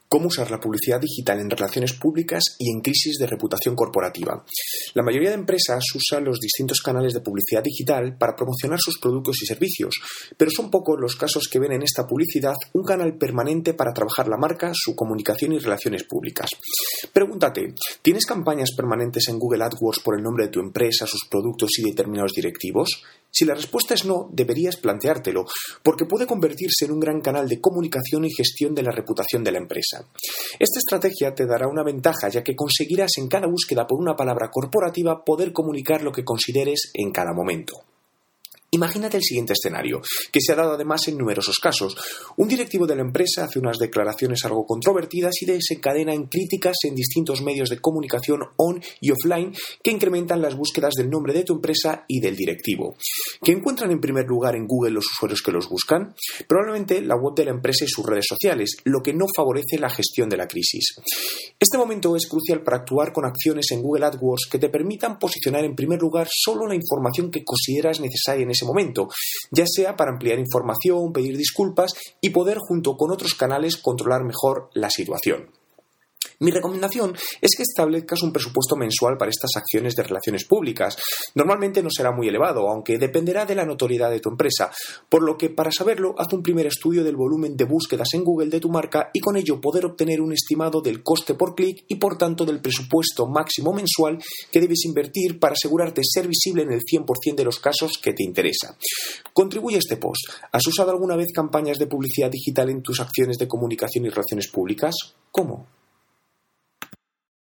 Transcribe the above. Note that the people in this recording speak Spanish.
Cómo usar la publicidad digital en relaciones públicas y en crisis de reputación corporativa. La mayoría de empresas usan los distintos canales de publicidad digital para promocionar sus productos y servicios, pero son pocos los casos que ven en esta publicidad un canal permanente para trabajar la marca, su comunicación y relaciones públicas. Pregúntate, ¿tienes campañas permanentes en Google AdWords por el nombre de tu empresa, sus productos y determinados directivos? Si la respuesta es no, deberías planteártelo, porque puede convertirse en un gran canal de comunicación y gestión de la reputación de la empresa. Esta estrategia te dará una ventaja, ya que conseguirás en cada búsqueda por una palabra corporativa poder comunicar lo que consideres en cada momento. Imagínate el siguiente escenario, que se ha dado además en numerosos casos. Un directivo de la empresa hace unas declaraciones algo controvertidas y desencadena en críticas en distintos medios de comunicación on y offline que incrementan las búsquedas del nombre de tu empresa y del directivo. ¿Qué encuentran en primer lugar en Google los usuarios que los buscan? Probablemente la web de la empresa y sus redes sociales, lo que no favorece la gestión de la crisis. Este momento es crucial para actuar con acciones en Google AdWords que te permitan posicionar en primer lugar solo la información que consideras necesaria en ese momento, ya sea para ampliar información, pedir disculpas y poder junto con otros canales controlar mejor la situación. Mi recomendación es que establezcas un presupuesto mensual para estas acciones de relaciones públicas. Normalmente no será muy elevado, aunque dependerá de la notoriedad de tu empresa, por lo que para saberlo haz un primer estudio del volumen de búsquedas en Google de tu marca y con ello poder obtener un estimado del coste por clic y por tanto del presupuesto máximo mensual que debes invertir para asegurarte ser visible en el 100% de los casos que te interesa. Contribuye a este post. ¿Has usado alguna vez campañas de publicidad digital en tus acciones de comunicación y relaciones públicas? ¿Cómo?